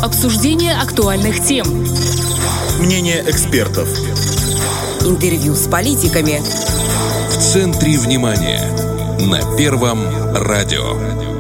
Обсуждение актуальных тем. Мнение экспертов. Интервью с политиками. В центре внимания. На Первом радио.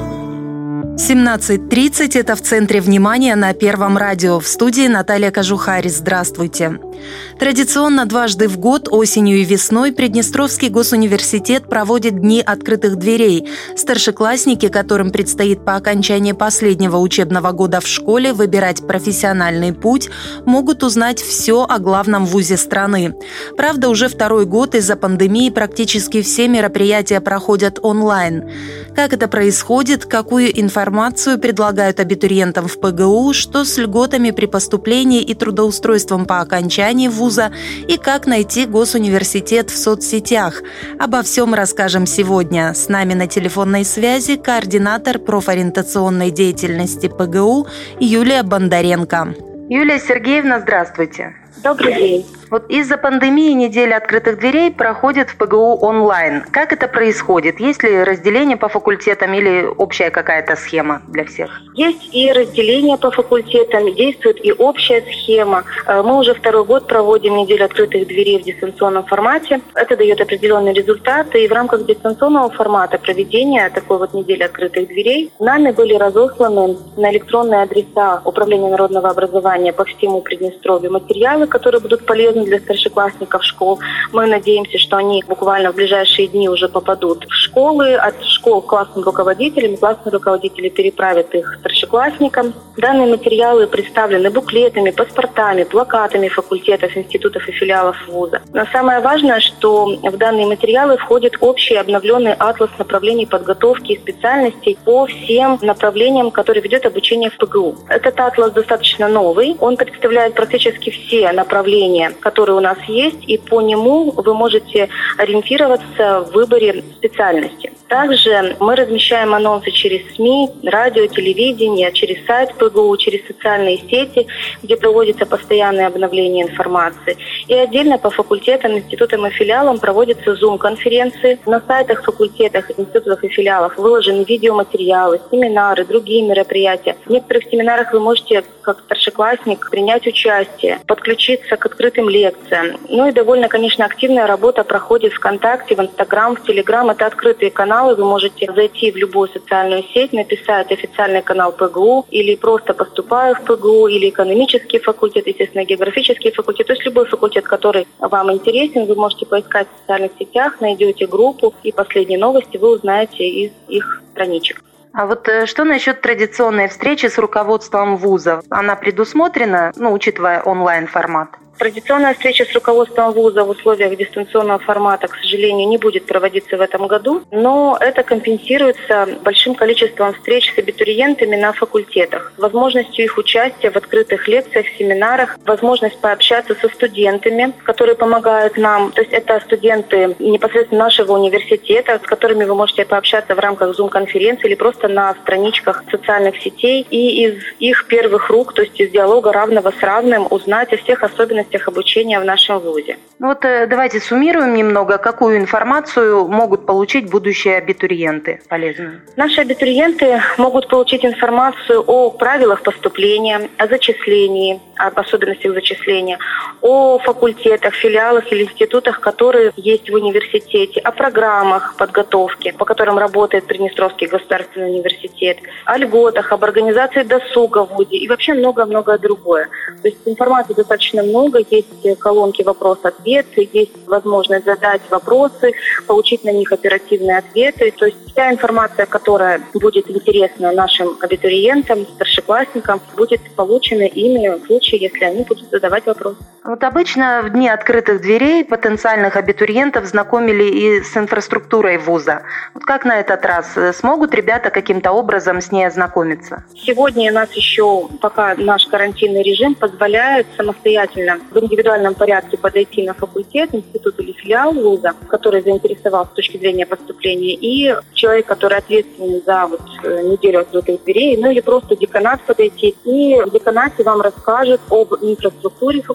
17:30. Это в центре внимания на Первом радио. В студии Наталья Кожухарь. Здравствуйте. Традиционно дважды в год, осенью и весной, Приднестровский госуниверситет проводит Дни открытых дверей. Старшеклассники, которым предстоит по окончании последнего учебного года в школе выбирать профессиональный путь, могут узнать все о главном вузе страны. Правда, уже второй год из-за пандемии практически все мероприятия проходят онлайн. Как это происходит, какую информацию предлагают абитуриентам в ПГУ, что с льготами при поступлении и трудоустройством по окончании вуза и как найти госуниверситет в соцсетях. Обо всем расскажем сегодня. С нами на телефонной связи координатор профориентационной деятельности ПГУ Юлия Бондаренко. Юлия Сергеевна, здравствуйте. Добрый день. Вот из-за пандемии неделя открытых дверей проходит в ПГУ онлайн. Как это происходит? Есть ли разделение по факультетам или общая какая-то схема для всех? Есть и разделение по факультетам, действует и общая схема. Мы уже второй год проводим неделю открытых дверей в дистанционном формате. Это дает определенные результаты. И в рамках дистанционного формата проведения такой вот недели открытых дверей нами были разосланы на электронные адреса Управления народного образования по всему Приднестровью материалы, которые будут полезны для старшеклассников школ. Мы надеемся, что они буквально в ближайшие дни уже попадут в школы, от школ к классным руководителям, и классные руководители переправят их старшеклассникам. Данные материалы представлены буклетами, паспортами, плакатами факультетов, институтов и филиалов вуза. Но самое важное, что в данные материалы входит общий обновленный атлас направлений подготовки и специальностей по всем направлениям, которые ведет обучение в ПГУ. Этот атлас достаточно новый, он представляет практически все направления, которые у нас есть, и по нему вы можете ориентироваться в выборе специальности. Также мы размещаем анонсы через СМИ, радио, телевидение, через сайт ПГУ, через социальные сети, где проводится постоянное обновление информации. И отдельно по факультетам, институтам и филиалам проводятся Zoom-конференции. На сайтах факультетов, институтов и филиалов выложены видеоматериалы, семинары, другие мероприятия. В некоторых семинарах вы можете, как старшеклассник, принять участие, подключиться к открытым лекциям. Ну и довольно, конечно, активная работа проходит в ВКонтакте, в Инстаграм, в Телеграм. Это открытые каналы. Вы можете зайти в любую социальную сеть, написать официальный канал ПГУ или просто поступаю в ПГУ, или экономический факультет, естественно, географический факультет. То есть любой факультет, который вам интересен, вы можете поискать в социальных сетях, найдете группу, и последние новости вы узнаете из их страничек. А вот что насчет традиционной встречи с руководством вуза? Она предусмотрена, учитывая онлайн-формат? Традиционная встреча с руководством вуза в условиях дистанционного формата, к сожалению, не будет проводиться в этом году, но это компенсируется большим количеством встреч с абитуриентами на факультетах, возможностью их участия в открытых лекциях, семинарах, возможность пообщаться со студентами, которые помогают нам. То есть это студенты непосредственно нашего университета, с которыми вы можете пообщаться в рамках Zoom-конференции или просто на страничках социальных сетей и из их первых рук, то есть из диалога равного с равным, узнать о всех особенностях обучения в нашем вузе. Давайте суммируем немного, какую информацию могут получить будущие абитуриенты полезную. Наши абитуриенты могут получить информацию о правилах поступления, о зачислении, об особенностях зачисления, о факультетах, филиалах или институтах, которые есть в университете, о программах подготовки, по которым работает Приднестровский государственный университет, о льготах, об организации досуга в вузе и вообще много-многое другое. То есть информации достаточно много, есть колонки вопрос-ответ, есть возможность задать вопросы, получить на них оперативные ответы. То есть вся информация, которая будет интересна нашим абитуриентам, старшеклассникам, будет получена ими в случае, если они будут задавать вопросы. Обычно в дни открытых дверей потенциальных абитуриентов знакомили и с инфраструктурой вуза. Как на этот раз? Смогут ребята каким-то образом с ней ознакомиться? Сегодня у нас еще пока наш карантинный режим позволяет самостоятельно в индивидуальном порядке подойти на факультет, институт или филиал вуза, который заинтересовал с точки зрения поступления, и человек, который ответственен за неделю открытых дверей, или просто деканат подойти. И в деканате вам расскажет об инфраструктуре факультета,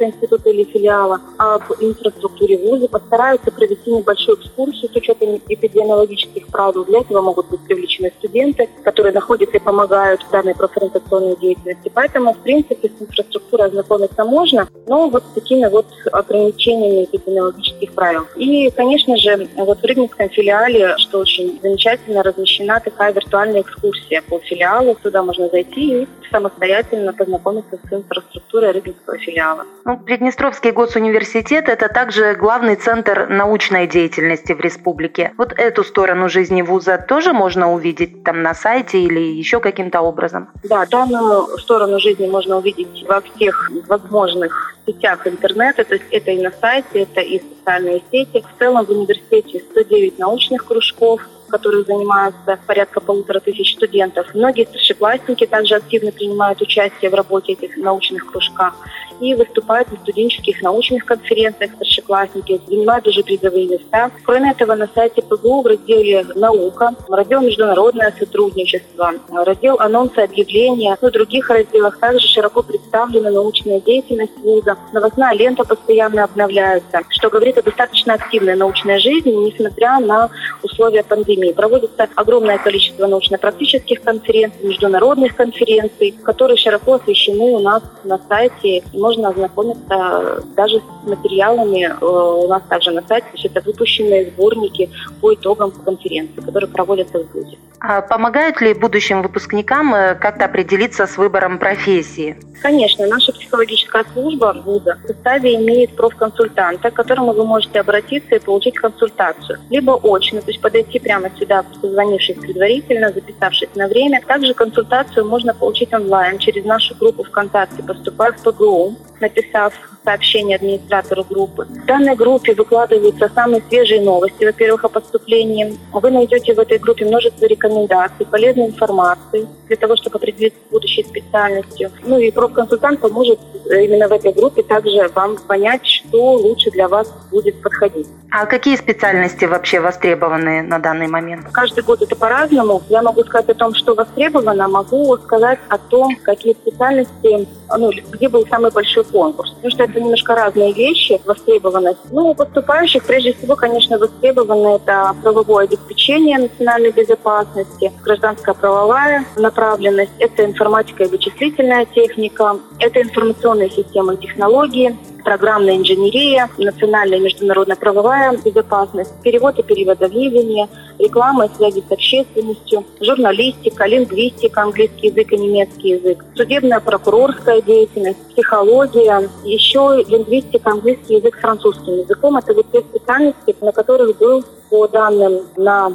университета, института или филиала, об инфраструктуре вуза, постараются провести небольшую экскурсию с учетом эпидемиологических правил. Для этого могут быть привлечены студенты, которые находятся и помогают в данной профориентационной деятельности. Поэтому, в принципе, с инфраструктурой ознакомиться можно, но вот с такими вот ограничениями эпидемиологических правил. И, конечно же, вот в Рыбинском филиале, что очень замечательно, размещена такая виртуальная экскурсия по филиалу. Туда можно зайти и самостоятельно познакомиться с инфраструктурой Рыбинского филиала. Приднестровский госуниверситет – это также главный центр научной деятельности в республике. Вот эту сторону жизни вуза тоже можно увидеть там на сайте или еще каким-то образом? Да, данную сторону жизни можно увидеть во всех возможных сетях интернета, то есть это и на сайте, это и социальные сети. В целом в университете 109 научных кружков, которые занимаются порядка 1500 студентов. Многие старшеклассники также активно принимают участие в работе этих научных кружках и выступают на студенческих научных конференциях. Старшеклассники занимают уже призовые места. Кроме этого, на сайте ПГУ в разделе «Наука», раздел «Международное сотрудничество», раздел «Анонсы, объявления», в других разделах также широко представлена научная деятельность вуза. Новостная лента постоянно обновляется, что говорит о достаточно активной научной жизни, несмотря на условия пандемии. Проводится огромное количество научно-практических конференций, международных конференций, которые широко освещены у нас на сайте. Можно ознакомиться даже с материалами у нас также на сайте. Это выпущенные сборники по итогам конференции, которые проводятся в вузе. А помогают ли будущим выпускникам как-то определиться с выбором профессии? Конечно, наша психологическая служба вуза в составе имеет профконсультанта, к которому вы можете обратиться и получить консультацию. Либо очно, то есть подойти прямо сюда, позвонившись предварительно, записавшись на время. Также консультацию можно получить онлайн через нашу группу ВКонтакте, поступав в ПГУ, написав сообщение администратору группы. В данной группе выкладываются самые свежие новости, во-первых, о поступлении. Вы найдете в этой группе множество рекомендаций, полезной информации для того, чтобы определиться с будущей специальностью. И профконсультант поможет именно в этой группе также вам понять, что лучше для вас будет подходить. А какие специальности вообще востребованы на данный момент? Каждый год это по-разному. Я могу сказать о том, что востребовано, могу сказать о том, какие специальности, где был самый большой конкурс. Потому что это немножко разные вещи, востребованность. У поступающих, прежде всего, конечно, востребовано это правовое обеспечение национальной безопасности, гражданская правовая направленность, это информатика и вычислительная техника, это информационные системы и технологии, программная инженерия, национальная и международная правовая безопасность, перевод и переводоведение, реклама и связи с общественностью, журналистика, лингвистика, английский язык и немецкий язык, судебная прокурорская деятельность, психология, еще лингвистика, английский язык с французским языком. Это вот те специальности, на которых был, по данным на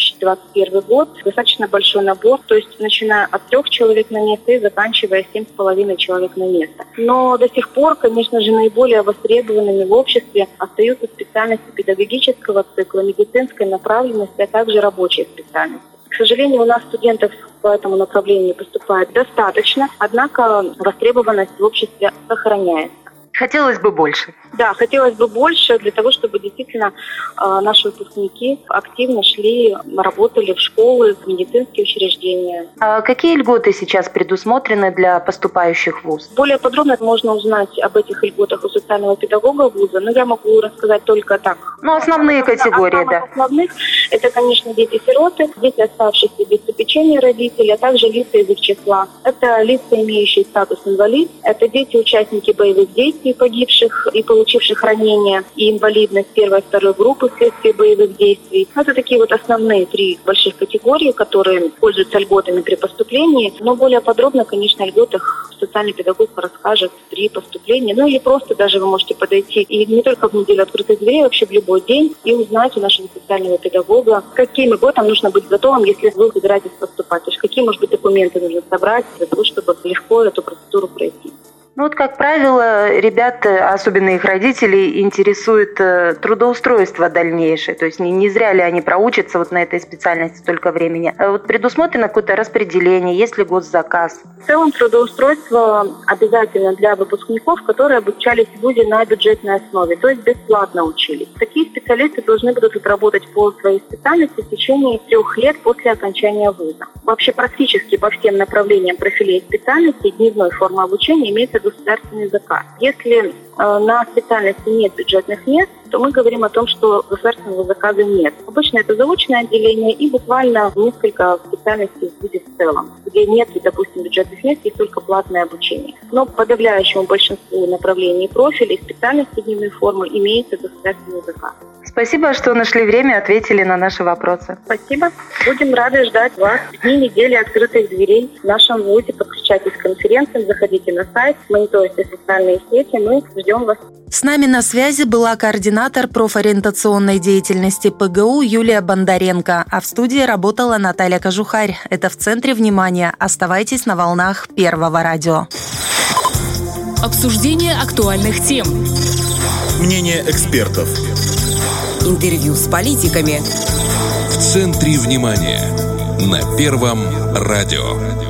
2021 год, достаточно большой набор, то есть начиная от 3 человек на место и заканчивая 7,5 человек на место. Но до сих пор, конечно же, наиболее востребованными в обществе остаются специальности педагогического цикла, медицинской направленности, а также рабочие специальности. К сожалению, у нас студентов по этому направлению поступает достаточно, однако востребованность в обществе сохраняется. Хотелось бы больше. Да, хотелось бы больше для того, чтобы действительно наши выпускники активно шли, работали в школы, в медицинские учреждения. А какие льготы сейчас предусмотрены для поступающих в вуз? Более подробно можно узнать об этих льготах у социального педагога вуза, но я могу рассказать только так. Основные категории, да. Основных – это, конечно, дети-сироты, дети, оставшиеся без попечения родителей, а также лица из их числа. Это лица, имеющие статус инвалид, это дети-участники боевых действий, погибших и получивших ранения и инвалидность 1 и 2 группы вследствие боевых действий. Это такие вот основные 3 больших категории, которые пользуются льготами при поступлении. Но более подробно, конечно, о льготах социальный педагог расскажет при поступлении. Или просто даже вы можете подойти и не только в неделю открытых дверей, вообще в любой день и узнать у нашего социального педагога, каким льготам нужно быть готовым, если вы собираетесь поступать. То есть какие, может быть, документы нужно собрать для того, чтобы легко эту процедуру пройти. Как правило, ребят, особенно их родителей, интересует трудоустройство дальнейшее. То есть не зря ли они проучатся на этой специальности столько времени. Предусмотрено какое-то распределение, есть ли госзаказ? В целом трудоустройство обязательно для выпускников, которые обучались в вузе на бюджетной основе, то есть бесплатно учились. Такие специалисты должны будут отработать по своей специальности в течение 3 лет после окончания вуза. Вообще практически по всем направлениям профилей и специальностей дневной формы обучения имеется государственный заказ. Если на специальности нет бюджетных мест, то мы говорим о том, что государственного заказа нет. Обычно это заочное отделение и буквально несколько специальностей будет в целом, где нет, допустим, бюджетных мест, есть только платное обучение. Но подавляющему большинству направлений и профилей специальности дневной формы имеется государственный заказ. Спасибо, что нашли время, ответили на наши вопросы. Спасибо. Будем рады ждать вас в дни недели открытых дверей в нашем вузе. Подключайтесь к конференциям, заходите на сайт, мониторите социальные сети. Мы ждем вас. С нами на связи была координатор профориентационной деятельности ПГУ Юлия Бондаренко, а в студии работала Наталья Кожухарь. Это «В центре внимания». Оставайтесь на волнах Первого радио. Обсуждение актуальных тем. Мнение экспертов. Интервью с политиками. В центре внимания на Первом радио.